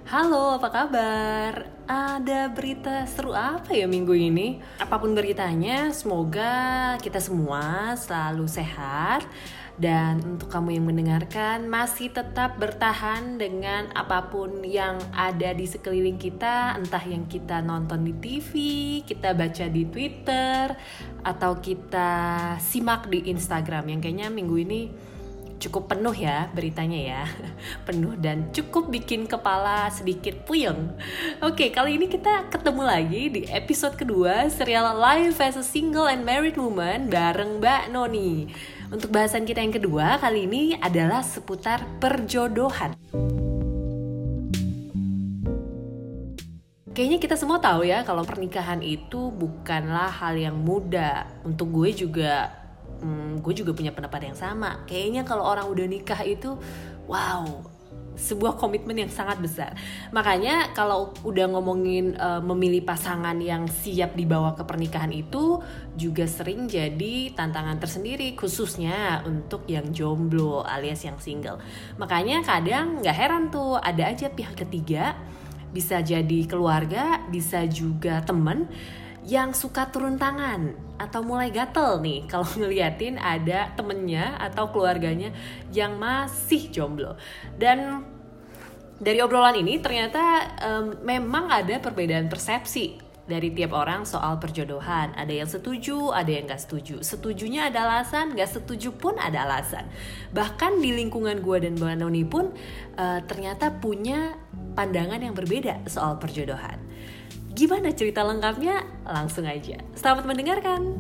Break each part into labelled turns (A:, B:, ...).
A: Halo, apa kabar? Ada berita seru apa ya minggu ini? Apapun beritanya, semoga kita semua selalu sehat. Dan untuk kamu yang mendengarkan, masih tetap bertahan dengan apapun yang ada di sekeliling kita. Entah yang kita nonton di TV, kita baca di Twitter, atau kita simak di Instagram. Yang kayaknya minggu ini cukup penuh ya beritanya ya. Penuh dan cukup bikin kepala sedikit puyeng. Oke, kali ini kita ketemu lagi di episode kedua serial Life as a Single and Married Woman bareng Mbak Noni. Untuk bahasan kita yang kedua kali ini adalah seputar perjodohan. Kayaknya kita semua tahu ya kalau pernikahan itu bukanlah hal yang mudah. Untuk gue juga punya pendapat yang sama. Kayaknya kalau orang udah nikah itu, wow, sebuah komitmen yang sangat besar. Makanya kalau udah ngomongin memilih pasangan yang siap dibawa ke pernikahan itu juga sering jadi tantangan tersendiri, khususnya untuk yang jomblo alias yang single. Makanya kadang gak heran tuh ada aja pihak ketiga, bisa jadi keluarga, bisa juga temen, yang suka turun tangan atau mulai gatel nih kalau ngeliatin ada temennya atau keluarganya yang masih jomblo. Dan dari obrolan ini ternyata memang ada perbedaan persepsi dari tiap orang soal perjodohan. Ada yang setuju, ada yang gak setuju. Setujunya ada alasan, gak setuju pun ada alasan. Bahkan di lingkungan gue dan Mbak Noni pun ternyata punya pandangan yang berbeda soal perjodohan. Gimana cerita lengkapnya? Langsung aja. Selamat mendengarkan.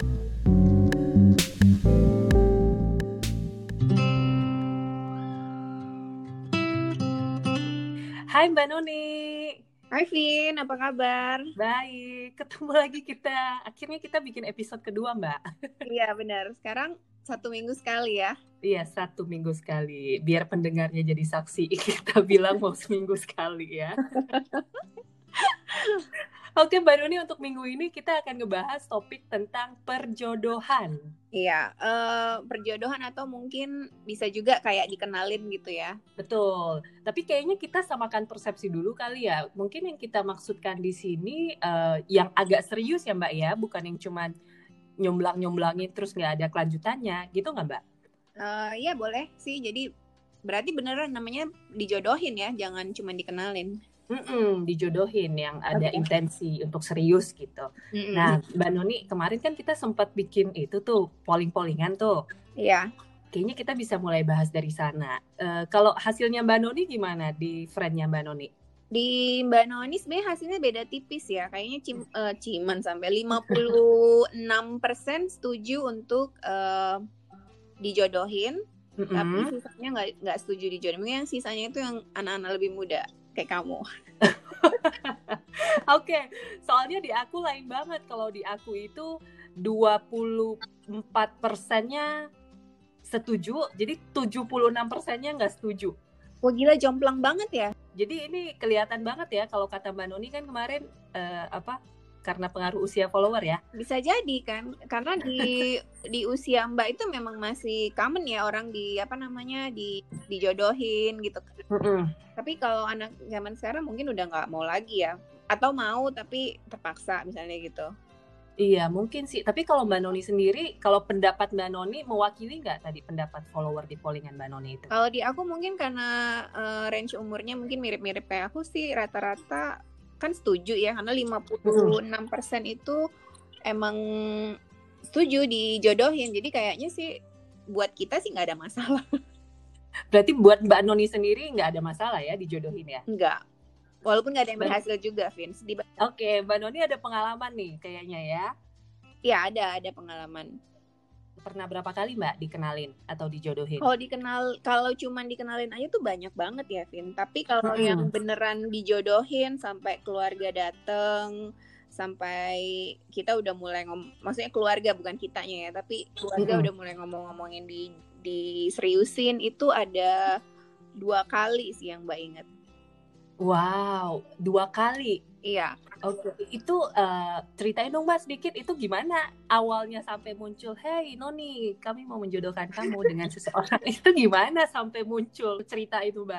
A: Hai Mbak Noni.
B: Hai Vin, apa kabar?
A: Baik, ketemu lagi kita. Akhirnya kita bikin episode kedua, Mbak.
B: Iya benar, sekarang 1 minggu sekali ya.
A: Iya, 1 minggu sekali. Biar pendengarnya jadi saksi. Kita bilang mau seminggu sekali ya. Oke Mbak Noni, untuk minggu ini kita akan ngebahas topik tentang perjodohan.
B: Iya, perjodohan atau mungkin bisa juga kayak dikenalin gitu ya.
A: Betul, tapi kayaknya kita samakan persepsi dulu kali ya. Mungkin yang kita maksudkan di sini yang agak serius ya Mbak ya, bukan yang cuma nyomblang-nyomblangin terus nggak ada kelanjutannya, gitu nggak Mbak?
B: Iya boleh sih, jadi berarti beneran namanya dijodohin ya, jangan cuma dikenalin.
A: Dijodohin yang ada intensi untuk serius gitu. Nah, Mbak Noni, kemarin kan kita sempat bikin itu tuh, polling-pollingan tuh.
B: Iya.
A: Kayaknya kita bisa mulai bahas dari sana. Kalau hasilnya Mbak Noni gimana di friend-nya Mbak Noni?
B: Di Mbak Noni sebenarnya hasilnya beda tipis ya. Kayaknya ciman sampai 56% setuju untuk dijodohin, tapi sisanya nggak setuju dijodohin. Mungkin yang sisanya itu yang anak-anak lebih muda kayak kamu.
A: Oke, soalnya di aku lain banget. Kalau di aku itu 24%-nya setuju, jadi 76%-nya nggak setuju.
B: Wah gila, jomplang banget ya.
A: Jadi ini kelihatan banget ya kalau kata Mbak Noni kan kemarin karena pengaruh usia follower ya.
B: Bisa jadi kan, karena di usia Mbak itu memang masih common ya orang dijodohin gitu. Tapi kalau anak zaman sekarang mungkin udah nggak mau lagi ya, atau mau tapi terpaksa misalnya gitu.
A: Iya mungkin sih, tapi kalau Mbak Noni sendiri, kalau pendapat Mbak Noni mewakili nggak tadi pendapat follower di pollingan Mbak Noni itu?
B: Kalau di aku mungkin karena range umurnya mungkin mirip-mirip kayak aku sih, rata-rata kan setuju ya, karena 56% itu emang setuju dijodohin. Jadi kayaknya sih buat kita sih nggak ada masalah.
A: Berarti buat Mbak Noni sendiri nggak ada masalah ya dijodohin ya?
B: Nggak. Walaupun nggak ada yang berhasil juga, Vince.
A: Oke, Mbak Noni ada pengalaman nih kayaknya ya?
B: Iya, ada pengalaman.
A: Pernah berapa kali Mbak dikenalin atau dijodohin?
B: Kalau cuman dikenalin aja tuh banyak banget ya, Vin. Tapi kalau yang beneran dijodohin sampai keluarga dateng, sampai kita udah mulai maksudnya keluarga bukan kitanya ya, tapi keluarga udah mulai ngomong-ngomongin diseriusin, itu ada 2 kali sih yang Mbak inget.
A: Wow, 2 kali?
B: Iya.
A: Oke, itu ceritain dong Mbak sedikit, itu gimana awalnya sampai muncul, hey Noni, kami mau menjodohkan kamu dengan seseorang. Itu gimana sampai muncul cerita itu Mbak?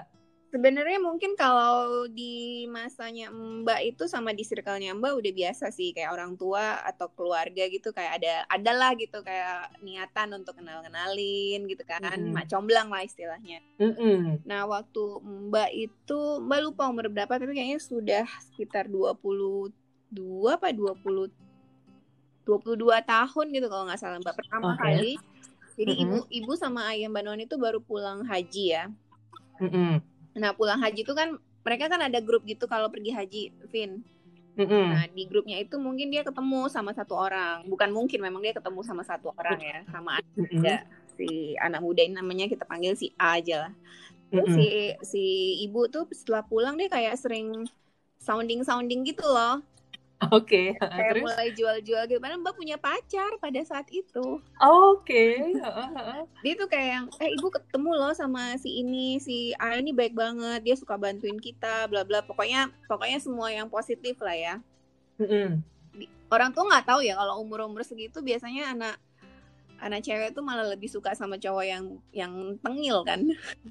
B: Sebenarnya mungkin kalau di masanya Mbak itu sama di circle-nya Mbak udah biasa sih, kayak orang tua atau keluarga gitu, kayak ada lah gitu kayak niatan untuk kenalin gitu kan, mak comblang lah istilahnya. Nah waktu Mbak itu, Mbak lupa umur berapa tapi kayaknya sudah sekitar 22 apa 22 tahun gitu kalau nggak salah Mbak pertama kali. Jadi ibu sama ayah Mbak Noni itu baru pulang haji ya. Nah pulang haji itu kan mereka kan ada grup gitu kalau pergi haji, Vin. Nah di grupnya itu mungkin dia ketemu sama satu orang, bukan mungkin, memang dia ketemu sama satu orang ya, sama ada si anak muda ini namanya kita panggil si A aja lah. Terus si ibu tuh setelah pulang dia kayak sering sounding gitu loh. Kayak terus? Mulai jual-jual gitu. Padahal Mbak punya pacar pada saat itu. Dia tuh kayak ibu ketemu loh sama si ini, si A ini baik banget, dia suka bantuin kita, bla bla. Pokoknya semua yang positif lah ya. Orang tuh nggak tahu ya kalau umur segitu biasanya anak cewek tuh malah lebih suka sama cowok yang tengil kan.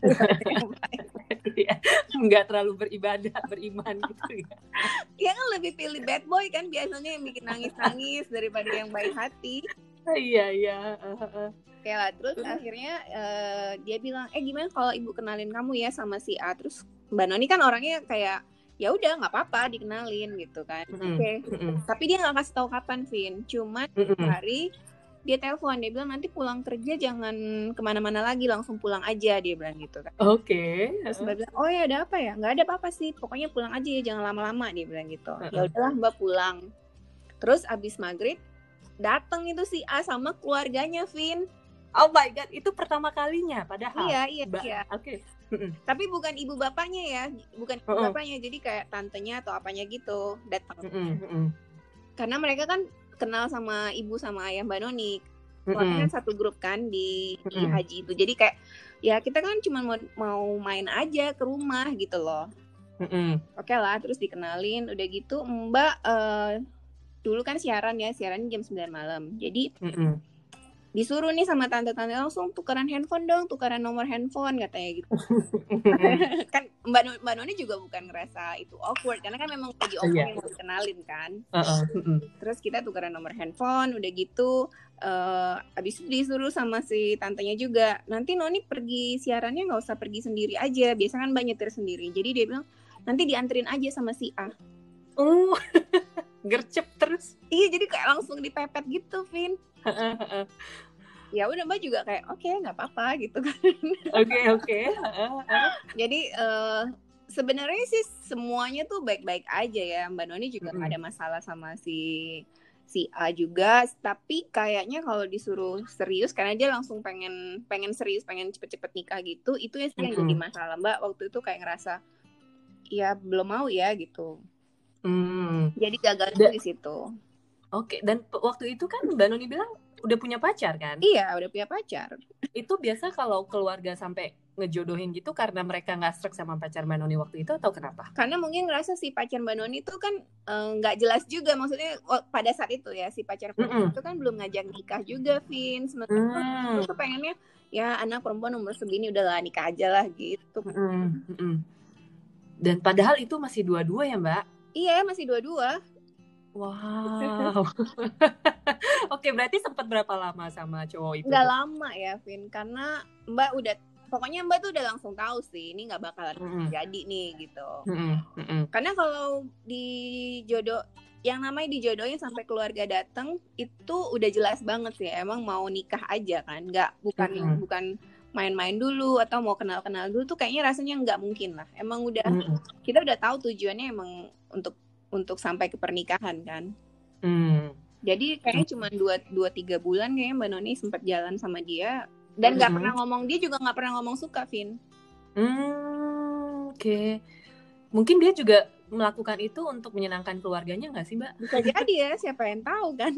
A: Nggak terlalu beriman gitu ya.
B: Dia kan lebih pilih bad boy kan biasanya, yang bikin nangis daripada yang baik hati.
A: Iya.
B: Oke lah, terus akhirnya dia bilang, gimana kalau ibu kenalin kamu ya sama si A. Terus Mbak Noni kan orangnya kayak ya udah nggak apa-apa dikenalin gitu kan. Oke. Tapi dia nggak kasih tahu kapan, Vin. Cuman hari dia telepon, dia bilang nanti pulang kerja jangan kemana-mana lagi, langsung pulang aja, dia bilang gitu kan. Terus Mbak bilang, oh ya ada apa ya? Nggak ada apa-apa sih, pokoknya pulang aja ya, jangan lama-lama, dia bilang gitu. Ya udahlah Mbak pulang. Terus abis maghrib datang itu si A sama keluarganya, Vin.
A: Oh my god, itu pertama kalinya padahal.
B: Iya.
A: Oke.
B: Tapi bukan ibu bapaknya ya, bukan ibu bapaknya, jadi kayak tantenya atau apanya gitu datang. Karena mereka kan kenal sama ibu sama ayah Mbak Noni. Soalnya kan satu grup kan di haji itu. Jadi kayak ya kita kan cuma mau main aja ke rumah gitu loh. Oke lah, terus dikenalin, udah gitu Mbak dulu kan siaran jam 9 malam. Jadi disuruh nih sama tante-tante langsung tukaran nomor handphone katanya gitu. Kan Mbak Noni juga bukan ngerasa itu awkward karena kan memang lagi omongin mau dikenalin kan. Terus kita tukaran nomor handphone, udah gitu abis itu disuruh sama si tantenya juga, nanti Noni pergi siarannya nggak usah pergi sendiri aja, biasa kan Mbak nyetir sendiri. Jadi dia bilang nanti dianterin aja sama si A.
A: Gercep terus.
B: Iya, jadi kayak langsung dipepet gitu, Vin. Ya udah Mbak juga kayak oke, nggak apa-apa gitu kan.
A: Oke.
B: Jadi sebenarnya sih semuanya tuh baik-baik aja ya. Mbak Noni juga nggak ada masalah sama si A juga, tapi kayaknya kalau disuruh serius karena dia langsung pengen serius, pengen cepet-cepet nikah gitu, itu yang sih yang jadi masalah. Mbak waktu itu kayak ngerasa ya belum mau ya gitu. Jadi gagal di situ.
A: Oke, dan waktu itu kan Mbak Noni bilang udah punya pacar kan?
B: Iya, udah punya pacar.
A: Itu biasa kalau keluarga sampai ngejodohin gitu karena mereka nggak srek sama pacar Mbak Noni waktu itu atau kenapa?
B: Karena mungkin ngerasa si pacar Mbak Noni itu kan nggak jelas juga, maksudnya pada saat itu ya si pacar Mbak Noni itu kan belum ngajak nikah juga, Vin. Sementara itu pengennya ya anak perempuan umur segini udahlah nikah aja lah gitu.
A: Dan padahal itu masih 22 ya Mbak?
B: Iya, masih 22.
A: Wow. Oke, berarti sempat berapa lama sama cowok itu?
B: Nggak lama ya, Vin, karena Mbak tuh udah langsung tahu sih ini nggak bakalan jadi nih gitu. Karena kalau yang namanya dijodohin sampai keluarga datang itu udah jelas banget sih, emang mau nikah aja kan, bukan main-main dulu atau mau kenal-kenal dulu tuh kayaknya rasanya nggak mungkin lah. Emang kita udah tahu tujuannya emang untuk sampai ke pernikahan kan. Jadi kayaknya cuma 2-3 bulan kayaknya Mbak Noni sempat jalan sama dia dan nggak pernah ngomong, dia juga nggak pernah ngomong suka, Vin.
A: Oke. Mungkin dia juga melakukan itu untuk menyenangkan keluarganya nggak sih Mbak?
B: Bisa jadi ya, siapa yang tahu kan.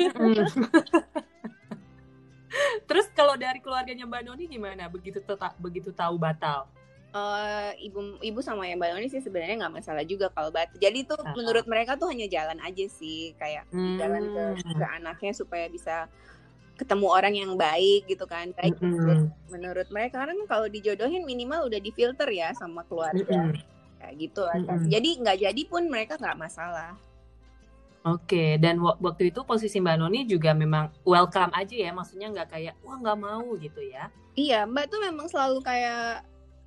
A: Terus kalau dari keluarganya Mbak Noni gimana? Begitu tahu batal?
B: Ibu sama yang Mbak Noni sih sebenarnya nggak masalah juga kalau batal. Jadi tuh menurut mereka tuh hanya jalan aja sih, kayak jalan ke anaknya supaya bisa ketemu orang yang baik gitu kan, baik menurut mereka. Karena kalau dijodohin minimal udah difilter ya sama keluarga, kayak gitu lah. Jadi nggak jadi pun mereka nggak masalah.
A: Oke, dan waktu itu posisi Mbak Noni juga memang welcome aja ya, maksudnya nggak kayak wah nggak mau gitu ya?
B: Iya, Mbak tuh memang selalu kayak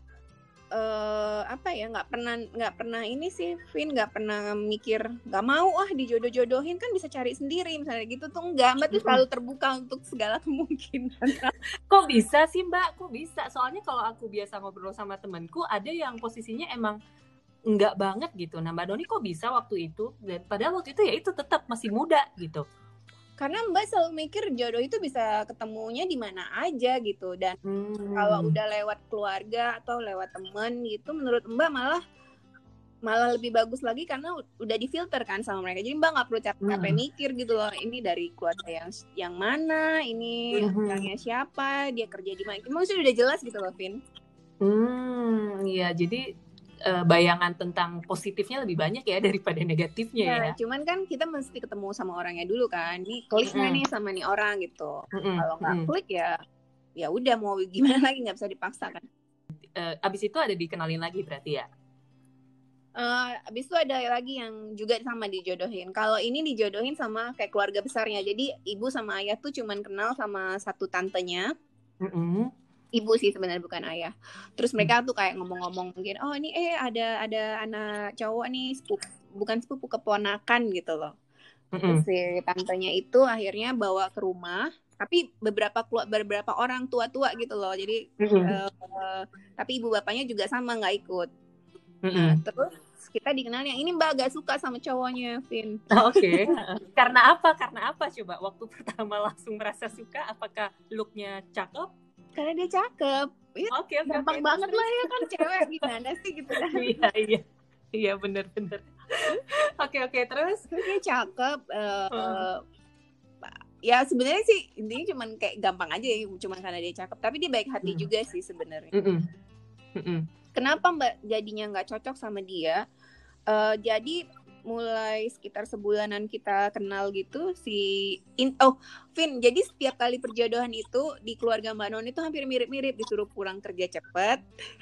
B: apa ya, nggak pernah ini sih, Vin, nggak pernah mikir nggak mau dijodoh-jodohin kan bisa cari sendiri misalnya gitu tuh, enggak. Mbak tuh selalu terbuka untuk segala kemungkinan.
A: Kok bisa sih Mbak? Kok bisa? Soalnya kalau aku biasa ngobrol sama temanku ada yang posisinya emang enggak banget gitu. Nah Mbak Noni kok bisa waktu itu? Dan padahal waktu itu ya itu tetap masih muda gitu.
B: Karena Mbak selalu mikir jodoh itu bisa ketemunya di mana aja gitu, dan kalau udah lewat keluarga atau lewat teman gitu, menurut Mbak malah lebih bagus lagi karena udah difilter kan sama mereka. Jadi Mbak nggak perlu capek mikir gitu loh, ini dari keluarga yang mana, ini orangnya siapa, dia kerja di mana. Maksudnya udah jelas gitu loh, Vin.
A: Iya, jadi bayangan tentang positifnya lebih banyak ya daripada negatifnya ya.
B: Cuman kan kita mesti ketemu sama orangnya dulu kan. Nih klik nggak nih sama nih orang gitu. Kalau nggak klik ya udah, mau gimana lagi, nggak bisa dipaksakan.
A: Abis itu ada dikenalin lagi berarti ya?
B: Abis itu ada lagi yang juga sama dijodohin. Kalau ini dijodohin sama kayak keluarga besarnya. Jadi ibu sama ayah tuh cuman kenal sama satu tantenya. Ibu sih sebenarnya, bukan ayah. Terus mereka tuh kayak ngomong-ngomong mungkin, oh ini ada anak cowok nih, bukan sepupu, keponakan gitu loh. Terus si tantenya itu akhirnya bawa ke rumah, tapi beberapa orang tua-tua gitu loh. Jadi tapi ibu bapaknya juga sama, nggak ikut. Nah, terus kita dikenal yang ini Mbak agak suka sama cowoknya, Vin.
A: Oke. Karena apa coba? Waktu pertama langsung merasa suka, apakah looknya cakep?
B: Karena dia cakep.
A: Oke.
B: Gampang banget lah ya kan, cewek gimana sih gitu kan.
A: Iya bener. Oke, terus
B: dia cakep. Ya sebenarnya sih intinya cuman kayak gampang aja ya, cuman karena dia cakep. Tapi dia baik hati juga sih sebenarnya. Kenapa Mbak jadinya nggak cocok sama dia? Jadi mulai sekitar sebulanan kita kenal gitu Vin, jadi setiap kali perjodohan itu di keluarga Mbak Non itu hampir mirip-mirip, disuruh pulang kerja cepet.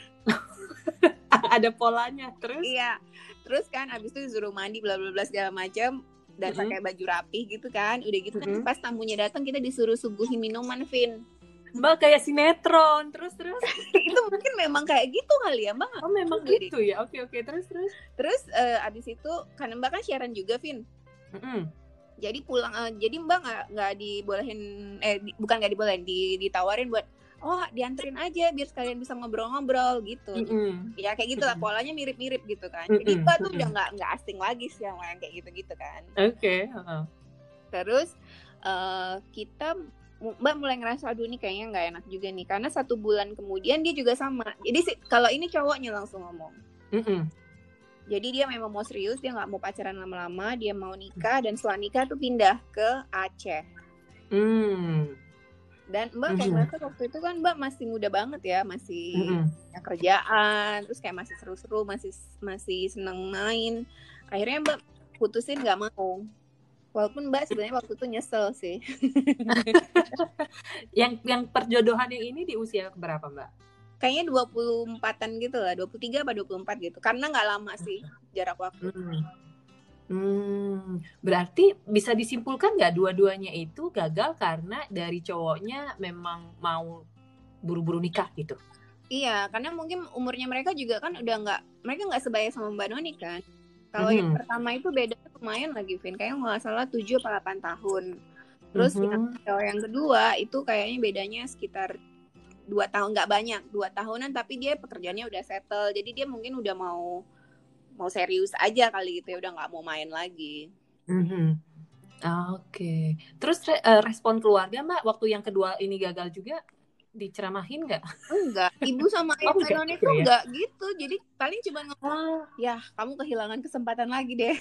A: Ada polanya. Terus?
B: Iya, terus kan abis itu disuruh mandi bla bla bla segala macam dan pakai baju rapi gitu kan. Udah gitu kan pas tamunya datang kita disuruh suguhin minuman, Vin.
A: Mbak kayak sinetron. Terus
B: itu mungkin memang kayak gitu kali ya Mbak.
A: Oh memang gitu ya. Oke, terus
B: abis itu karena Mbak kan siaran juga, Vin. Jadi pulang jadi Mbak nggak dibolehin, bukan nggak dibolehin, ditawarin buat dianterin aja biar sekalian bisa ngobrol-ngobrol gitu. Ya kayak gitu lah, polanya mirip-mirip gitu kan. Jadi Mbak tuh udah nggak asing lagi sih sama yang kayak gitu-gitu kan.
A: Oke.
B: Terus Mbak mulai ngerasa aduh ini kayaknya nggak enak juga nih, karena 1 bulan kemudian dia juga sama. Jadi kalau ini cowoknya langsung ngomong. Jadi dia memang mau serius, dia nggak mau pacaran lama-lama, dia mau nikah, dan setelah nikah tuh pindah ke Aceh. Dan Mbak kayak ngerasa waktu itu kan Mbak masih muda banget ya, masih kerjaan, terus kayak masih seru-seru, masih seneng main. Akhirnya Mbak putusin nggak mau. Walaupun Mbak sebenarnya waktu itu nyesel sih.
A: Yang perjodohan yang ini di usia berapa Mbak?
B: Kayaknya 24-an gitu lah, 23 apa 24 gitu. Karena nggak lama sih jarak waktu.
A: Berarti bisa disimpulkan nggak dua-duanya itu gagal karena dari cowoknya memang mau buru-buru nikah gitu?
B: Iya, karena mungkin umurnya mereka juga kan mereka nggak sebaya sama Mbak Noni kan. Kalau yang pertama itu bedanya lumayan lagi, Vin. Kayaknya nggak salah 7 atau 8 tahun. Terus kalau yang kedua itu kayaknya bedanya sekitar 2 tahun, nggak banyak, 2 tahunan, tapi dia pekerjaannya udah settle. Jadi dia mungkin udah mau serius aja kali gitu ya, udah nggak mau main lagi.
A: Oke. Terus respon keluarga Mbak waktu yang kedua ini gagal juga diceramahin nggak?
B: Enggak, ibu sama ayah Noni itu enggak gitu. Jadi paling cuma ngomong, ya kamu kehilangan kesempatan lagi deh.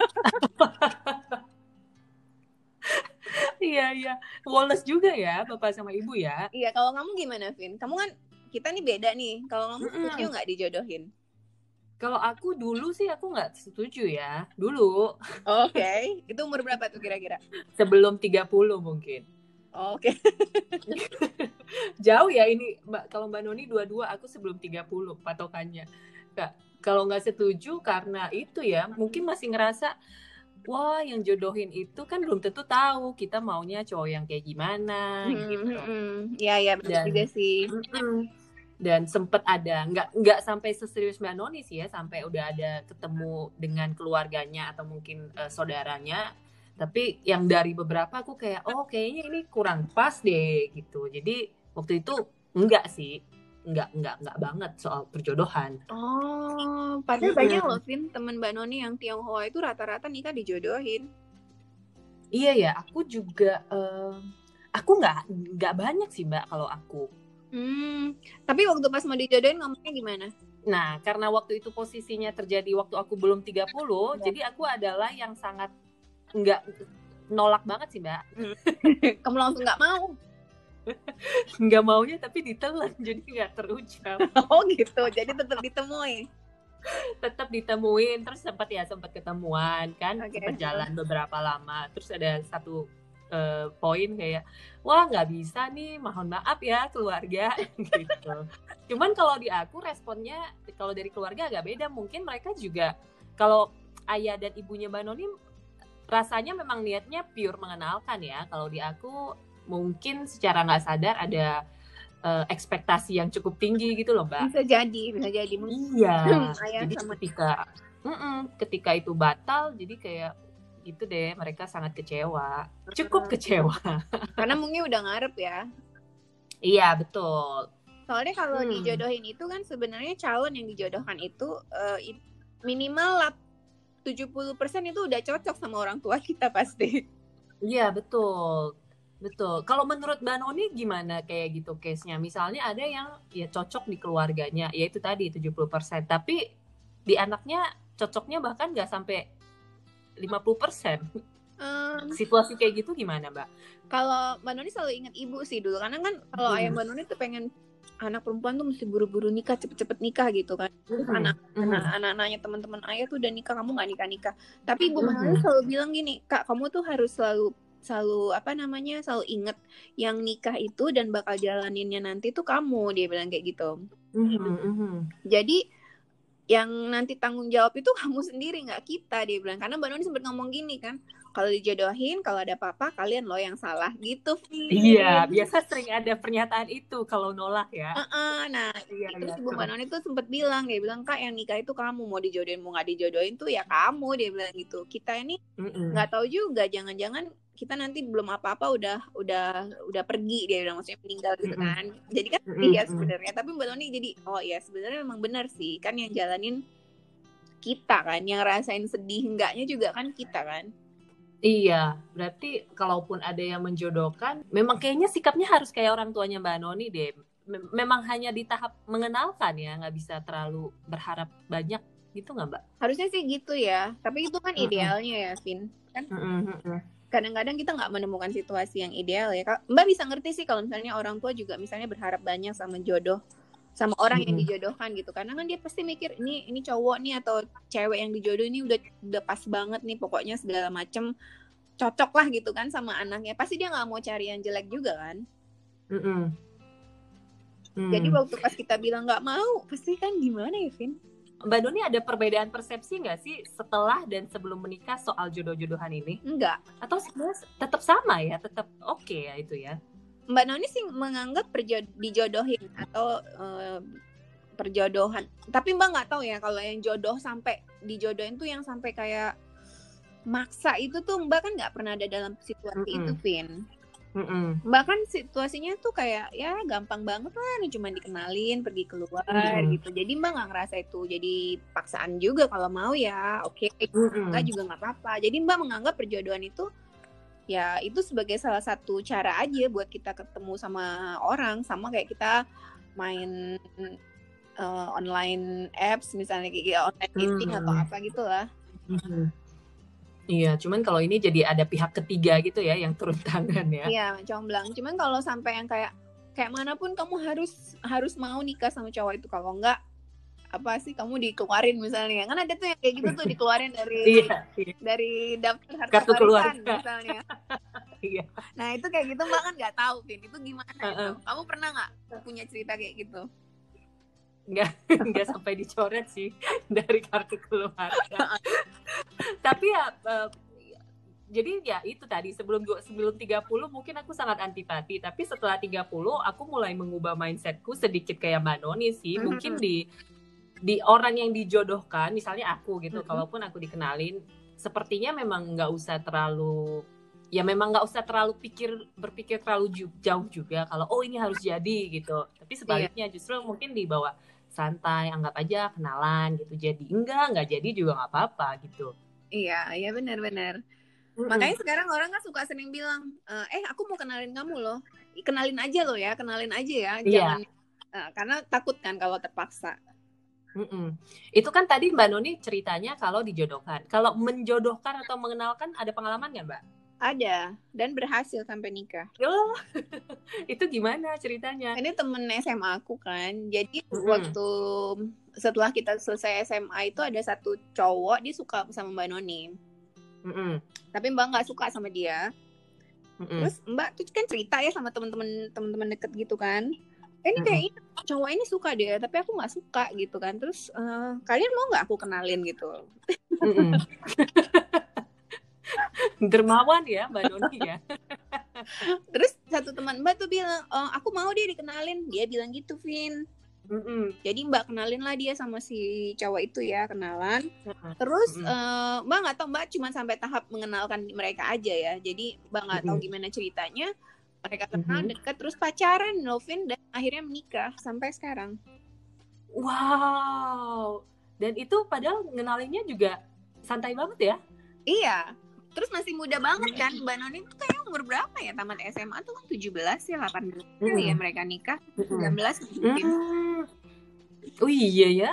A: Iya. Woles juga ya bapak sama ibu ya.
B: Iya, kalau kamu gimana, Vin? Kamu kan, kita nih beda nih. Kalau kamu setuju nggak dijodohin?
A: Kalau aku dulu sih aku nggak setuju ya. Dulu.
B: Oke. Itu umur berapa tuh kira-kira?
A: Sebelum 30 mungkin.
B: Oke.
A: Jauh ya ini Mbak, kalau Mbak Noni 22, aku sebelum 30 patokannya. Kalau nggak setuju karena itu ya, mungkin masih ngerasa wah yang jodohin itu kan belum tentu tahu kita maunya cowok yang kayak gimana gitu.
B: Ya betul juga sih.
A: Dan sempet ada nggak sampai seserius Mbak Noni sih ya, sampai udah ada ketemu dengan keluarganya atau mungkin saudaranya, tapi yang dari beberapa aku kayak kayaknya ini kurang pas deh gitu. Jadi waktu itu enggak sih, enggak banget soal perjodohan.
B: Padahal banyak loh Vin, teman Mbak Noni yang Tionghoa itu rata-rata nikah dijodohin.
A: Iya ya, aku juga aku nggak banyak sih Mbak kalau aku.
B: Tapi waktu pas mau dijodohin ngomongnya gimana?
A: Nah, karena waktu itu posisinya terjadi waktu aku belum 30, jadi aku adalah yang sangat nggak nolak banget sih Mbak.
B: Kamu langsung nggak mau?
A: Nggak maunya tapi ditelan, jadi nggak terucap.
B: Oh gitu, jadi tetap ditemui.
A: Tetap ditemuin, terus sempat ketemuan kan, sempat jalan beberapa lama, terus ada satu poin kayak wah nggak bisa nih, mohon maaf ya keluarga gitu. Cuman kalau di aku responnya kalau dari keluarga agak beda, mungkin mereka juga kalau ayah dan ibunya Mbak Noni rasanya memang niatnya pure mengenalkan ya. Kalau di aku mungkin secara nggak sadar ada ekspektasi yang cukup tinggi gitu loh Mbak.
B: Bisa jadi.
A: Iya. Jadi ketika itu batal, jadi kayak gitu deh, mereka sangat kecewa, cukup kecewa.
B: Karena mungkin udah ngarep ya.
A: Iya betul.
B: Soalnya kalau dijodohin itu kan sebenarnya calon yang dijodohkan itu minimal 70% itu udah cocok sama orang tua kita pasti.
A: Iya betul. Kalau menurut Mbak Noni gimana kayak gitu case-nya? Misalnya ada yang ya cocok di keluarganya, ya itu tadi 70%, tapi di anaknya cocoknya bahkan nggak sampai 50%. Situasi kayak gitu gimana Mbak?
B: Kalau Mbak Noni selalu ingat ibu sih dulu, karena kan kalau ayah Mbak Noni tuh pengen anak perempuan tuh mesti buru-buru nikah, cepet-cepet nikah gitu kan. Terus anak-anaknya teman-teman ayah tuh udah nikah, kamu nggak nikah. Tapi ibu Mbak Noni selalu bilang gini, Kak kamu tuh harus selalu ingat yang nikah itu dan bakal jalaninnya nanti tuh kamu, dia bilang kayak gitu. Jadi yang nanti tanggung jawab itu kamu sendiri, nggak kita, dia bilang. Karena Mbak Noni sempat ngomong gini kan, kalau dijodohin, kalau ada apa-apa kalian loh yang salah gitu.
A: Iya, biasa sering ada pernyataan itu kalau nolak ya.
B: Terus Ibu Mbak Noni tuh sempat bilang, dia bilang Kak yang nikah itu kamu, mau dijodohin mau nggak dijodohin tuh ya kamu, dia bilang gitu. Kita ini nggak tahu juga, jangan-jangan kita nanti belum apa-apa udah pergi, dia bilang, maksudnya meninggal gitu kan. Jadi kan iya sebenarnya, tapi Mbak Noni jadi iya sebenarnya memang benar sih, kan yang jalanin kita kan, yang rasain sedih enggaknya juga kan kita kan.
A: Iya, berarti kalaupun ada yang menjodohkan, memang kayaknya sikapnya harus kayak orang tuanya Mbak Noni deh. Memang hanya di tahap mengenalkan ya, nggak bisa terlalu berharap banyak gitu nggak Mbak?
B: Harusnya sih gitu ya, tapi itu kan idealnya ya Vin. Kan kadang-kadang kita nggak menemukan situasi yang ideal ya. Mbak bisa ngerti sih kalau misalnya orang tua juga misalnya berharap banyak sama jodoh, sama orang yang dijodohkan gitu. Karena kan dia pasti mikir ini cowok nih atau cewek yang dijodoh ini udah pas banget nih, pokoknya segala macem cocok lah gitu kan sama anaknya. Pasti dia nggak mau cari yang jelek juga kan. Jadi waktu pas kita bilang nggak mau, pasti kan gimana ya Vin?
A: Mbak Noni ada perbedaan persepsi nggak sih setelah dan sebelum menikah soal jodoh-jodohan ini?
B: Enggak.
A: Atau sebenarnya tetap sama ya, tetap oke ya itu ya?
B: Mbak Noni sih menganggap dijodohin atau perjodohan. Tapi Mbak nggak tahu ya kalau yang jodoh sampai dijodohin tuh yang sampai kayak maksa itu tuh Mbak kan nggak pernah ada dalam situasi itu, Vin. Mbak kan situasinya tuh kayak ya gampang banget lah, cuma dikenalin, pergi keluar gitu. Jadi Mbak nggak ngerasa itu jadi paksaan juga, kalau mau ya oke, enggak juga nggak apa-apa. Jadi Mbak menganggap perjodohan itu ya itu sebagai salah satu cara aja buat kita ketemu sama orang, sama kayak kita main online apps misalnya kayak online dating atau apa gitulah.
A: Iya, cuman kalau ini jadi ada pihak ketiga gitu ya yang turun tangan ya.
B: Iya, comblang. Cuman kalau sampai yang kayak manapun kamu harus mau nikah sama cowok itu, kalau enggak apa sih kamu dikeluarin misalnya. Kan ada tuh yang kayak gitu tuh, dikeluarin dari dari daftar harta warisan misalnya.
A: Iya.
B: Nah itu kayak gitu Mbak kan nggak tahu Vin, itu gimana itu? Kamu pernah nggak punya cerita kayak gitu?
A: Nggak sampai dicoret sih dari kartu keluarga. Tapi ya jadi ya itu tadi sebelum 30 mungkin aku sangat antipati, tapi setelah 30 aku mulai mengubah mindsetku sedikit kayak Mbak Noni sih. Mungkin di orang yang dijodohkan, misalnya aku gitu, kalaupun aku dikenalin, sepertinya memang nggak usah terlalu berpikir terlalu jauh juga kalau oh ini harus jadi gitu. Tapi sebaliknya justru mungkin dibawa santai, anggap aja kenalan gitu. Jadi nggak jadi juga nggak apa-apa gitu.
B: Iya benar-benar. Makanya sekarang orang kan suka sering bilang, aku mau kenalin kamu loh, kenalin aja ya, jangan karena takut kan kalau terpaksa.
A: Itu kan tadi Mbak Noni ceritanya kalau dijodohkan. Kalau menjodohkan atau mengenalkan ada pengalaman nggak Mbak?
B: Ada, dan berhasil sampai nikah.
A: Oh, itu gimana ceritanya?
B: Ini temen SMA aku kan, jadi waktu setelah kita selesai SMA itu ada satu cowok, dia suka sama Mbak Noni. Tapi Mbak nggak suka sama dia. Terus Mbak tuh kan cerita ya sama teman-teman deket gitu kan. Ini kayak cowok ini suka dia, tapi aku nggak suka gitu kan. Terus kalian mau nggak aku kenalin gitu?
A: Dermawan ya Mbak Noni ya.
B: Terus satu teman Mbak tuh bilang, aku mau dia dikenalin. Dia bilang gitu, Vin. Jadi Mbak kenalin lah dia sama si cowok itu ya, kenalan. Terus Mbak nggak tahu, Mbak cuma sampai tahap mengenalkan mereka aja ya. Jadi Mbak nggak tahu gimana ceritanya. Mereka kenal, dekat, terus pacaran, Vin, dan akhirnya menikah sampai sekarang.
A: Wow. Dan itu padahal ngenalinnya juga santai banget ya?
B: Iya. Terus masih muda banget kan. Mbak Noni itu kayak umur berapa ya? Tamat SMA tuh kan 17 ya, 18 ya mereka nikah. 19 mungkin.
A: Oh iya ya?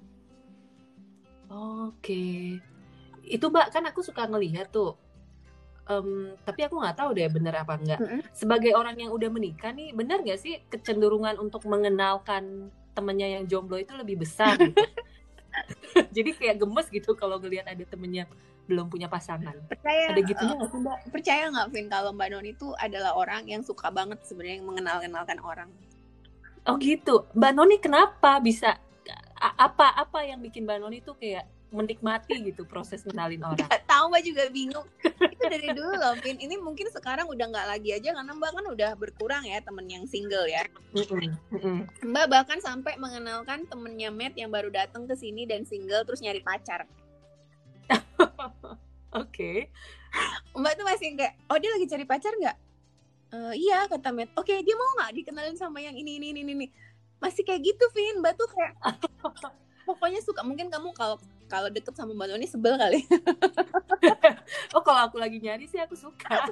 A: Oke. Itu Mbak, kan aku suka ngelihat tuh. Tapi aku nggak tahu deh bener apa enggak. Sebagai orang yang udah menikah nih, bener nggak sih kecenderungan untuk mengenalkan temennya yang jomblo itu lebih besar gitu? Jadi kayak gemes gitu kalau ngelihat ada temennya belum punya pasangan. Ada gitunya nggak sih Mbak?
B: Percaya nggak Vin kalau Mbak Noni itu adalah orang yang suka banget sebenarnya mengenalkan orang?
A: Oh gitu. Mbak Noni kenapa bisa apa yang bikin Mbak Noni tuh kayak menikmati gitu proses kenalin orang?
B: Gak tahu, Mbak juga bingung. Itu dari dulu loh Vin. Ini mungkin sekarang udah nggak lagi aja karena Mbak kan udah berkurang ya temen yang single ya. Mbak bahkan sampai mengenalkan temennya Matt yang baru datang ke sini dan single terus nyari pacar.
A: Oke.
B: Mbak tuh masih kayak, oh dia lagi cari pacar nggak? Iya kata Matt. Oke, dia mau nggak dikenalin sama yang ini. Masih kayak gitu Vin. Mbak tuh kayak pokoknya suka. Mungkin kamu kalau deket sama Mbak Noni sebel kali.
A: Oh kalau aku lagi nyari sih aku suka.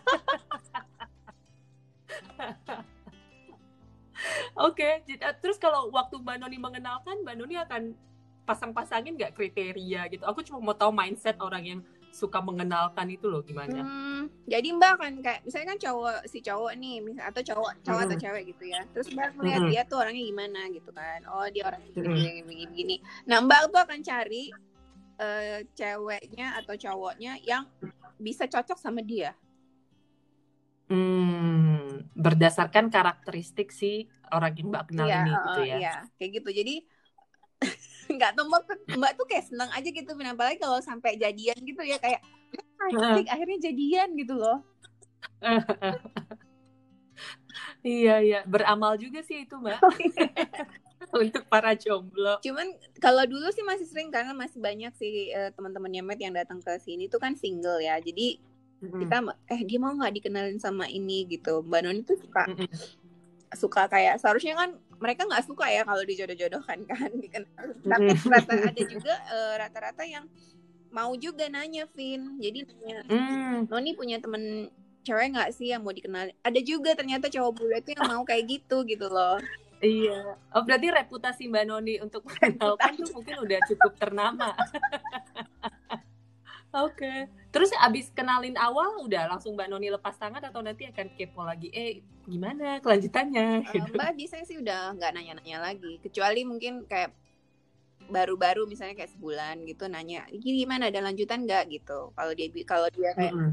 A: Oke. Terus kalau waktu Mbak Noni mengenalkan, Mbak Noni akan pasang-pasangin nggak kriteria gitu? Aku cuma mau tahu mindset orang yang suka mengenalkan itu loh gimana?
B: Jadi Mbak kan kayak misalnya kan si cowok nih, atau cowok atau cewek gitu ya. Terus Mbak melihat dia tuh orangnya gimana gitu kan. Oh dia orangnya begini. Nah Mbak tuh akan cari ceweknya atau cowoknya yang bisa cocok sama dia.
A: Berdasarkan karakteristik si orang yang Mbak kenal ini gitu ya.
B: Iya, kayak gitu. Jadi nggak tahu Mbak tuh kayak senang aja gitu, apalagi kalau sampai jadian gitu ya, kayak akhirnya jadian gitu loh.
A: Iya, beramal juga sih itu Mbak. Untuk para jomblo.
B: Cuman kalau dulu sih masih sering karena masih banyak sih teman-temannya Matt yang datang ke sini tuh kan single ya. Jadi kita dia mau nggak dikenalin sama ini gitu. Mbak Noni tuh suka kayak seharusnya kan mereka nggak suka ya kalau dijodoh-jodohkan kan dikenalin. Tapi ada juga rata-rata yang mau juga nanya Vin. Jadi nanya, Noni punya temen cewek nggak sih yang mau dikenalin? Ada juga ternyata cowok bule itu yang mau kayak gitu loh.
A: Iya. Oh berarti reputasi Mbak Noni untuk mengenalkan tuh mungkin udah cukup ternama. Oke. Terus abis kenalin awal udah langsung Mbak Noni lepas tangan atau nanti akan kepo lagi? Gimana kelanjutannya?
B: Mbak biasanya sih udah nggak nanya-nanya lagi. Kecuali mungkin kayak baru-baru misalnya kayak sebulan gitu nanya, gimana ada lanjutan nggak gitu. Kalau dia kayak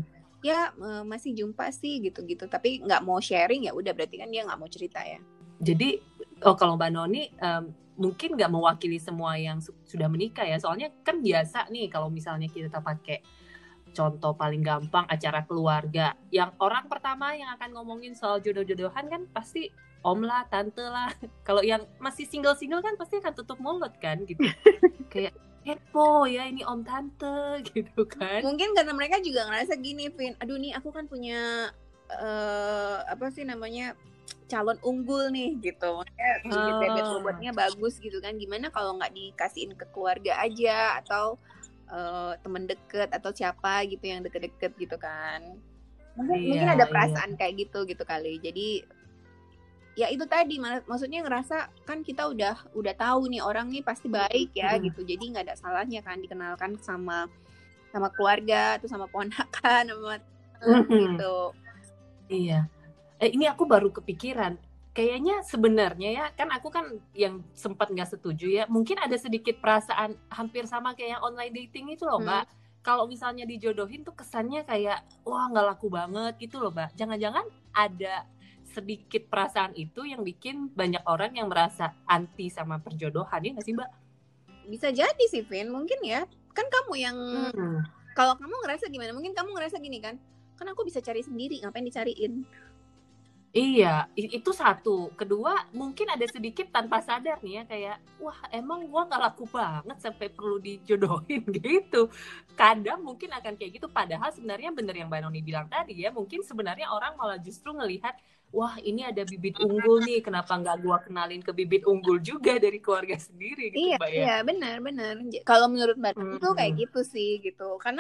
B: ya masih jumpa sih gitu-gitu, tapi nggak mau sharing, ya udah berarti kan dia nggak mau cerita ya.
A: Jadi kalau Mbak Noni mungkin nggak mewakili semua yang sudah menikah ya, soalnya kan biasa nih kalau misalnya kita pakai contoh paling gampang acara keluarga, yang orang pertama yang akan ngomongin soal jodoh-jodohan kan pasti om lah, tante lah. Kalau yang masih single-single kan pasti akan tutup mulut kan gitu. Kayak kepo ya ini om tante gitu kan.
B: Mungkin karena mereka juga ngerasa gini, Vin, aduh nih aku kan punya apa sih namanya, calon unggul nih gitu, bibit bebet bobotnya bagus gitu kan, gimana kalau nggak dikasihin ke keluarga aja atau temen deket atau siapa gitu yang deket-deket gitu kan. Mungkin ada perasaan kayak gitu kali. Jadi ya itu tadi, maksudnya ngerasa kan kita udah tahu nih orang nih pasti baik ya gitu, jadi nggak ada salahnya kan dikenalkan sama keluarga atau sama ponakan sama gitu.
A: Iya. Ini aku baru kepikiran, kayaknya sebenarnya ya kan aku kan yang sempat nggak setuju ya, mungkin ada sedikit perasaan hampir sama kayak yang online dating itu loh Mbak. Kalau misalnya dijodohin tuh kesannya kayak wah nggak laku banget gitu loh Mbak. Jangan-jangan ada sedikit perasaan itu yang bikin banyak orang yang merasa anti sama perjodohan, ya nggak sih Mbak?
B: Bisa jadi sih Vin, mungkin ya. Kan kamu yang kalau kamu ngerasa gimana? Mungkin kamu ngerasa gini kan aku bisa cari sendiri, ngapain dicariin?
A: Iya, itu satu. Kedua, mungkin ada sedikit tanpa sadar nih ya, kayak, wah emang gua gak laku banget sampai perlu dijodohin gitu. Kadang mungkin akan kayak gitu, padahal sebenarnya bener yang Mbak Noni bilang tadi ya, mungkin sebenarnya orang malah justru ngelihat, wah ini ada bibit unggul nih, kenapa gak gua kenalin ke bibit unggul juga dari keluarga sendiri gitu Mbak ya?
B: Iya, benar. Kalau menurut Mbak Noni tuh kayak gitu sih gitu, karena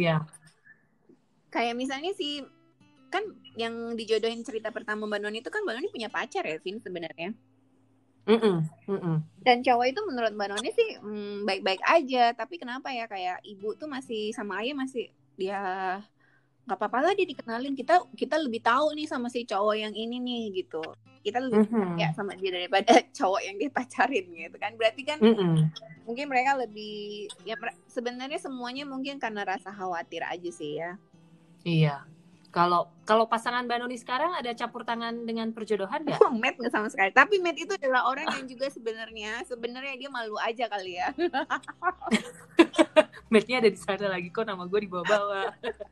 B: kayak misalnya sih, kan yang dijodohin cerita pertama Mbak Noni itu kan Mbak Noni punya pacar ya, Vin, sebenarnya. Dan cowok itu menurut Mbak Noni sih baik-baik aja, tapi kenapa ya kayak ibu tuh masih sama ayah masih dia nggak apa-apa lah dia dikenalin, kita lebih tahu nih sama si cowok yang ini nih gitu, kita lebih ya sama dia daripada cowok yang dia pacarin gitu kan. Berarti kan mungkin mereka lebih ya, sebenarnya semuanya mungkin karena rasa khawatir aja sih ya.
A: Iya. Kalau pasangan Mbak Noni sekarang ada campur tangan dengan perjodohan nggak?
B: Matt nggak sama sekali. Tapi Matt itu adalah orang yang juga sebenarnya dia malu aja kali ya.
A: Matt-nya ada di sana lagi, kok nama gue dibawa-bawa.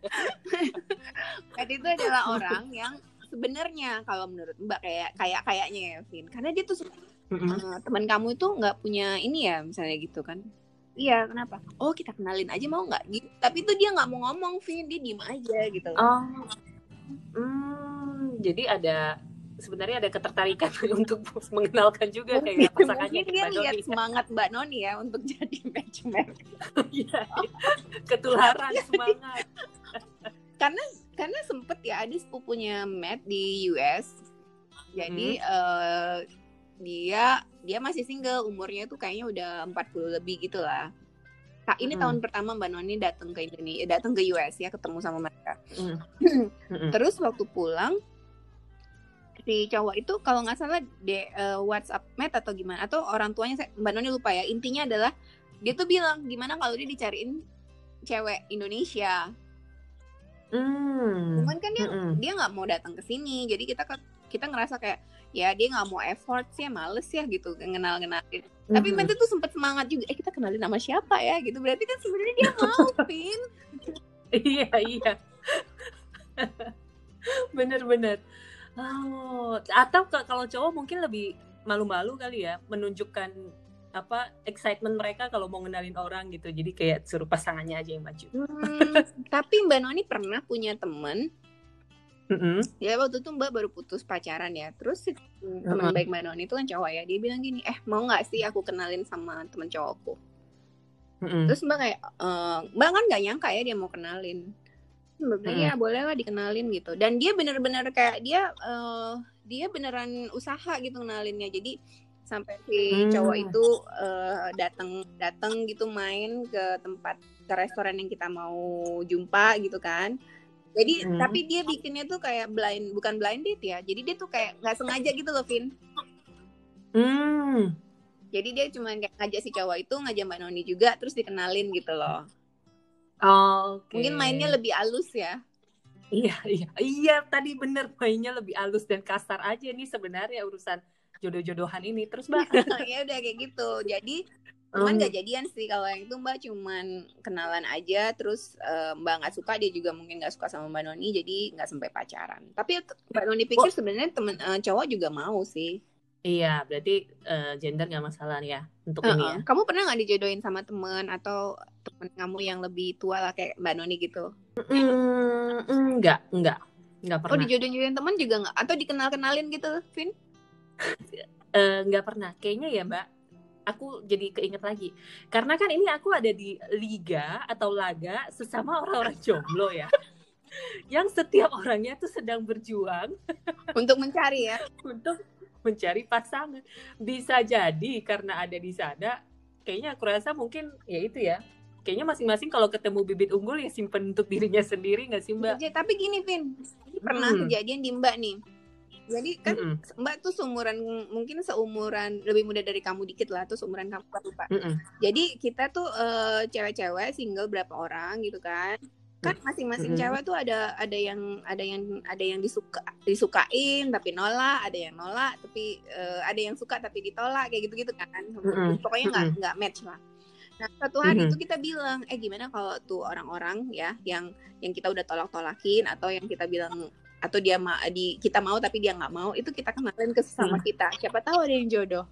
B: Matt itu adalah orang yang sebenarnya kalau menurut Mbak kayaknya ya, Vin. Karena dia tuh teman kamu itu nggak punya ini ya, misalnya gitu kan. Iya, kenapa? Oh, kita kenalin aja mau nggak? Gitu. Tapi itu dia nggak mau ngomong, Vin. Dia diem aja gitu.
A: Jadi sebenarnya ada ketertarikan untuk mengenalkan juga kayak pasangannya.
B: Mungkin dia lihat semangat Mbak Noni ya untuk jadi matchmaker.
A: Iya, ketularan semangat.
B: Karena sempet ya ada sepupunya Matt di US. Jadi dia masih single, umurnya tuh kayaknya udah 40 lebih gitu lah. Nah, ini tahun pertama Mbak Noni datang ke Indonesia, datang ke US ya, ketemu sama mereka. Terus waktu pulang si cowok itu kalau nggak salah WhatsApp Matt atau gimana, atau orang tuanya Mbak Noni lupa ya. Intinya adalah dia tuh bilang gimana kalau dia dicariin cewek Indonesia. Cuman kan dia nggak mau datang ke sini, jadi kita ngerasa kayak ya dia nggak mau effort sih, males ya gitu kenalin. Tapi Matt tuh sempet semangat juga, kita kenalin nama siapa ya gitu, berarti kan sebenarnya dia mau, Pin.
A: Iya. Bener. Atau kalau cowok mungkin lebih malu-malu kali ya menunjukkan excitement mereka kalau mau ngenalin orang gitu, jadi kayak suruh pasangannya aja yang maju.
B: Tapi Mbak Noni pernah punya temen. Ya waktu itu Mbak baru putus pacaran ya. Terus teman baik Mbak Noni itu kan cowok ya. Dia bilang gini, mau gak sih aku kenalin sama teman cowokku? Terus Mbak kayak Mbak kan gak nyangka ya dia mau kenalin. Mbak bilang ya boleh lah dikenalin gitu. Dan dia bener-bener kayak dia beneran usaha gitu kenalinnya. Jadi sampai si cowok itu datang gitu main ke restoran yang kita mau jumpa gitu kan. Jadi tapi dia bikinnya tuh kayak bukan blind date ya. Jadi dia tuh kayak nggak sengaja gitu loh, Vin. Jadi dia cuma kayak ngajak si cowok itu, ngajak Mbak Noni juga, terus dikenalin gitu loh.
A: Okay.
B: Mungkin mainnya lebih halus ya.
A: Iya, tadi bener, mainnya lebih halus dan kasar aja nih sebenarnya urusan jodoh-jodohan ini. Terus Mbak?
B: Ya udah kayak gitu. Jadi cuman gak jadian sih kalau yang itu Mbak, cuman kenalan aja, terus Mbak nggak suka, dia juga mungkin nggak suka sama Mbak Noni, jadi nggak sampai pacaran. Tapi Mbak Noni pikir sebenarnya temen cowok juga mau sih.
A: Iya, berarti gender nggak masalah ya untuk ini ya.
B: Kamu pernah nggak dijodohin sama temen atau temen kamu yang lebih tua lah kayak Mbak Noni gitu?
A: Enggak pernah.
B: Oh, dijodohin temen juga nggak? Atau dikenal-kenalin gitu, Vin?
A: Nggak pernah. Kayaknya ya Mbak, aku jadi keinget lagi. Karena kan ini aku ada di liga atau laga sesama orang-orang jomblo ya. Yang setiap orangnya tuh sedang berjuang
B: untuk mencari ya.
A: Untuk mencari pasangan. Bisa jadi karena ada di sana, kayaknya aku rasa mungkin ya itu ya. Kayaknya masing-masing kalau ketemu bibit unggul ya simpen untuk dirinya sendiri, nggak sih Mbak?
B: Tapi gini Vin, pernah kejadian di Mbak nih. Jadi kan Mbak tuh mungkin seumuran, lebih muda dari kamu dikit lah, tuh seumuran kamu lupa. Jadi kita tuh cewek-cewek single berapa orang gitu kan masing-masing cewek tuh ada yang disukain tapi nolak, ada yang nolak tapi ada yang suka tapi ditolak, kayak gitu kan. Pokoknya nggak match lah. Nah, satu hari itu kita bilang, gimana kalau tuh orang-orang ya yang kita udah tolak-tolakin, atau yang kita bilang, atau kita mau tapi dia nggak mau, itu kita kenalin ke sesama kita, siapa tahu ada yang jodoh.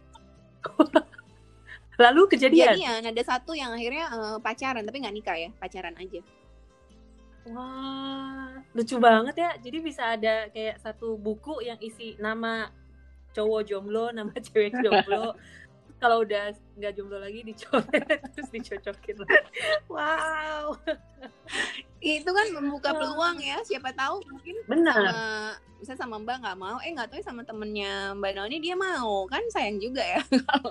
A: Lalu kejadian
B: ada satu yang akhirnya pacaran tapi nggak nikah ya, pacaran aja.
A: Wah, lucu banget ya. Jadi bisa ada kayak satu buku yang isi nama cowok jomblo, nama cewek jomblo. Kalau udah nggak jomblo lagi dicoret terus dicocokin lagi. Wow.
B: Itu kan membuka peluang ya. Siapa tahu mungkin bisa sama Mbak nggak mau, nggak tahu sama temennya Mbak Noni dia mau, kan sayang juga ya.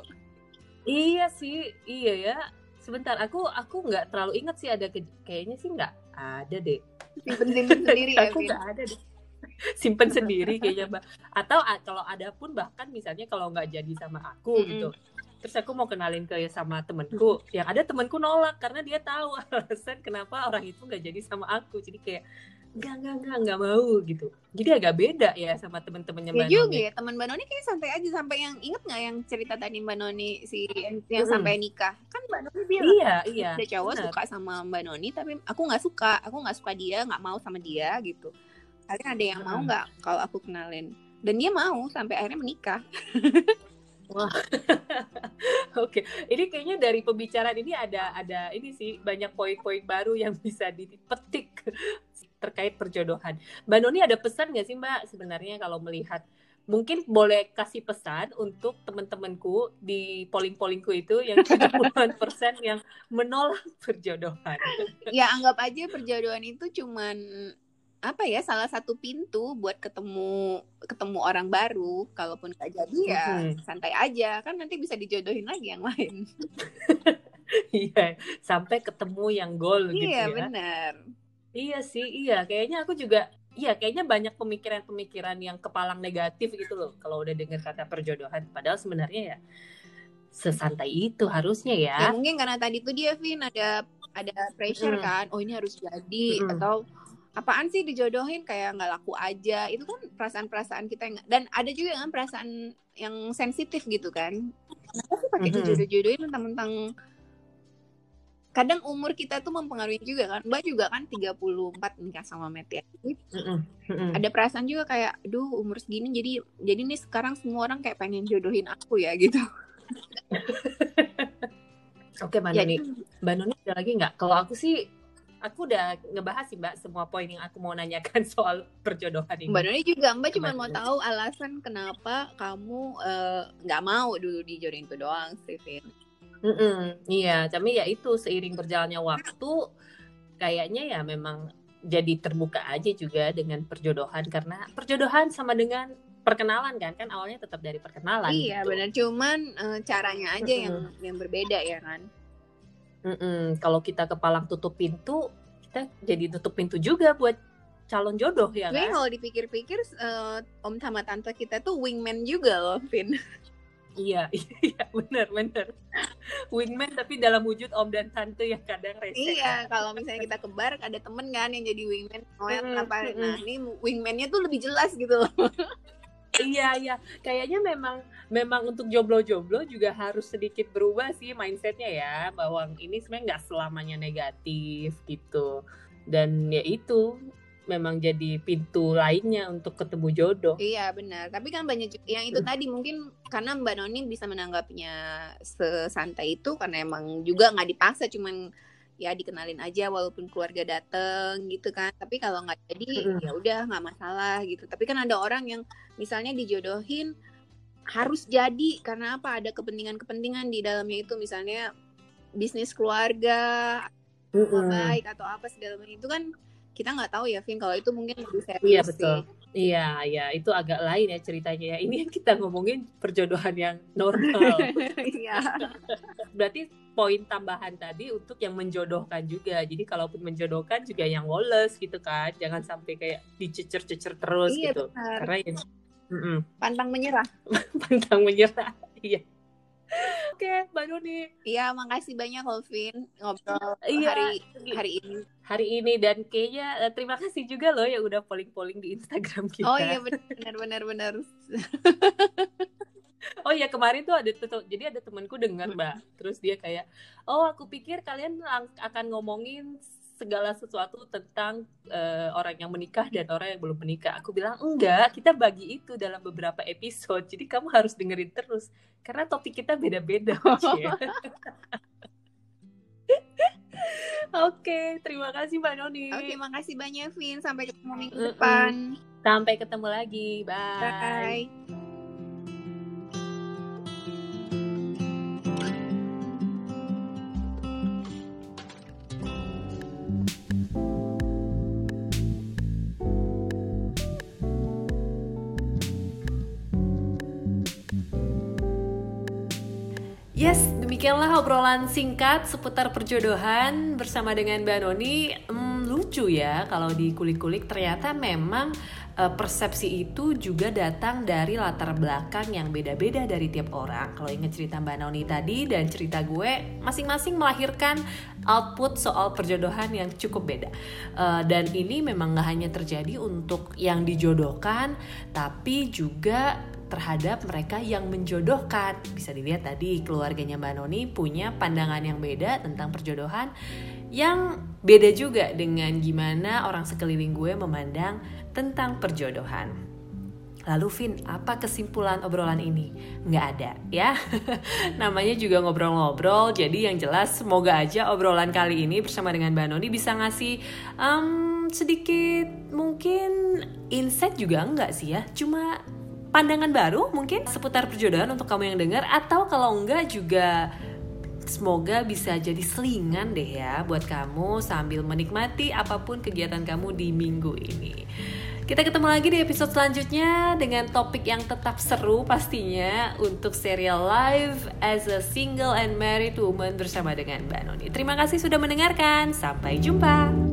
A: Iya sih, iya ya. Sebentar, aku nggak terlalu ingat sih ada kayaknya sih nggak ada deh.
B: Simpen sendiri ya.
A: Aku nggak ada deh. Simpen sendiri kayaknya Mbak. Atau kalau ada pun bahkan misalnya kalau nggak jadi sama aku gitu, terus aku mau kenalin ke sama temanku, yang ada temanku nolak karena dia tahu alasan kenapa orang itu nggak jadi sama aku. Jadi kayak nggak mau gitu. Jadi agak beda ya sama teman-temannya Mbak Noni.
B: Juga ya, teman Mbak Noni kayak santai aja. Sampai yang inget nggak yang cerita tadi Mbak Noni yang sampai nikah? Kan Mbak Noni bilang
A: iya,
B: ada cowok suka sama Mbak Noni tapi aku nggak suka dia, nggak mau sama dia gitu. Kalian ada yang mau nggak kalau aku kenalin? Dan dia mau sampai akhirnya menikah.
A: Wah. Oke, ini kayaknya dari pembicaraan ini ada ini sih banyak poin-poin baru yang bisa dipetik terkait perjodohan. Mbak Noni ada pesan nggak sih Mbak sebenarnya kalau melihat, mungkin boleh kasih pesan untuk teman-temanku di polling-pollingku itu yang 70% yang menolak perjodohan.
B: Ya anggap aja perjodohan itu cuman salah satu pintu buat ketemu orang baru. Kalaupun gak jadi ya santai aja, kan nanti bisa dijodohin lagi yang lain.
A: Iya, sampai ketemu yang goal gitu ya.
B: Iya benar.
A: Iya sih, iya. Kayaknya aku juga, kayaknya banyak pemikiran-pemikiran yang kepalang negatif gitu loh kalau udah dengar kata perjodohan. Padahal sebenarnya ya sesantai itu harusnya ya.
B: Ya mungkin karena tadi tuh dia Vin ada pressure kan, ini harus jadi, atau apaan sih dijodohin, kayak nggak laku aja. Itu kan perasaan-perasaan kita yang, dan ada juga kan perasaan yang sensitif gitu kan. Kenapa sih pakai dijodoh-jodohin mentang-mentang. Kadang umur kita tuh mempengaruhi juga kan. Mbak juga kan 34 nikah sama Matt ya. Ada perasaan juga kayak, aduh umur segini jadi nih sekarang semua orang kayak pengen jodohin aku ya gitu.
A: Oke Mbak Noni. Mbak Noni ada lagi nggak? Kalau aku sih, aku udah ngebahas sih Mbak semua poin yang aku mau nanyakan soal perjodohan ini.
B: Mbak Noni juga, Mbak cuma mau tahu alasan kenapa kamu nggak mau dulu dijodohin itu doang sih Vin.
A: Iya, tapi ya itu seiring berjalannya waktu kayaknya ya memang jadi terbuka aja juga dengan perjodohan, karena perjodohan sama dengan perkenalan kan awalnya tetap dari perkenalan.
B: Iya gitu. Benar, cuman caranya aja yang berbeda ya kan.
A: Kalau kita kepalang tutup pintu, kita jadi tutup pintu juga buat calon jodoh ya kan.
B: Kalau dipikir-pikir om sama tante kita tuh wingman juga loh Vin.
A: Iya, iya benar. Wingman tapi dalam wujud om dan tante yang kadang rese.
B: Iya, kalau misalnya kita ke bar ada temen kan yang jadi wingman, kenapa? Nah, ini wingman-nya tuh lebih jelas gitu loh.
A: Iya, kayaknya memang untuk jomblo-jomblo juga harus sedikit berubah sih mindsetnya ya, bahwa ini sebenarnya nggak selamanya negatif gitu. Dan ya itu memang jadi pintu lainnya untuk ketemu jodoh.
B: Iya benar, tapi kan banyak yang itu tadi mungkin karena Mbak Noni bisa menanggapinya sesantai itu karena emang juga nggak dipaksa, cuman ya dikenalin aja walaupun keluarga dateng gitu kan. Tapi kalau nggak jadi ya udah nggak masalah gitu. Tapi kan ada orang yang misalnya dijodohin harus jadi karena apa? Ada kepentingan-kepentingan di dalamnya itu, misalnya bisnis keluarga, baik atau apa segala macam itu kan kita nggak tahu ya, Vin. Kalau itu mungkin lebih serius.
A: Iya betul. Iya, itu agak lain ya ceritanya ya. Ini kita ngomongin perjodohan yang normal.
B: Iya.
A: Berarti poin tambahan tadi untuk yang menjodohkan juga. Jadi kalaupun menjodohkan juga yang woles gitu kan. Jangan sampai kayak dicecer-cecer terus
B: iya,
A: gitu.
B: Benar.
A: Karena ya
B: pantang menyerah.
A: Pantang menyerah. Iya. Oke, Mbak Noni.
B: Iya, makasih banyak Vin ngobrol hari ini.
A: Hari ini, dan kayaknya terima kasih juga loh yang udah polling di Instagram kita.
B: Oh iya benar.
A: Oh ya, kemarin tuh jadi ada temanku dengar Mbak, terus dia kayak, oh aku pikir kalian akan ngomongin segala sesuatu tentang orang yang menikah dan orang yang belum menikah. Aku bilang enggak, kita bagi itu dalam beberapa episode, jadi kamu harus dengerin terus karena topik kita beda-beda. Oke, terima kasih Mbak Noni.
B: Oke, makasih banyak Vin. Sampai ketemu minggu depan.
A: Sampai ketemu lagi. Bye.
B: Bye.
A: Yes, demikianlah obrolan singkat seputar perjodohan bersama dengan Mbak Noni. Lucu ya kalau dikulik-kulik, ternyata memang persepsi itu juga datang dari latar belakang yang beda-beda dari tiap orang. Kalau ingat cerita Mbak Noni tadi dan cerita gue, masing-masing melahirkan output soal perjodohan yang cukup beda. Dan ini memang gak hanya terjadi untuk yang dijodohkan, tapi juga terhadap mereka yang menjodohkan. Bisa dilihat tadi keluarganya Mbak Noni punya pandangan yang beda tentang perjodohan, yang beda juga dengan gimana orang sekeliling gue memandang tentang perjodohan. Lalu Vin, apa kesimpulan obrolan ini? Nggak ada ya. Namanya juga ngobrol-ngobrol, jadi yang jelas semoga aja obrolan kali ini bersama dengan Mbak Noni bisa ngasih sedikit mungkin insight juga enggak sih ya, cuma pandangan baru mungkin seputar perjodohan untuk kamu yang dengar, atau kalau enggak juga semoga bisa jadi selingan deh ya buat kamu sambil menikmati apapun kegiatan kamu di minggu ini. Kita ketemu lagi di episode selanjutnya dengan topik yang tetap seru pastinya untuk serial Live as a Single and Married Woman bersama dengan Mbak Noni. Terima kasih sudah mendengarkan, sampai jumpa.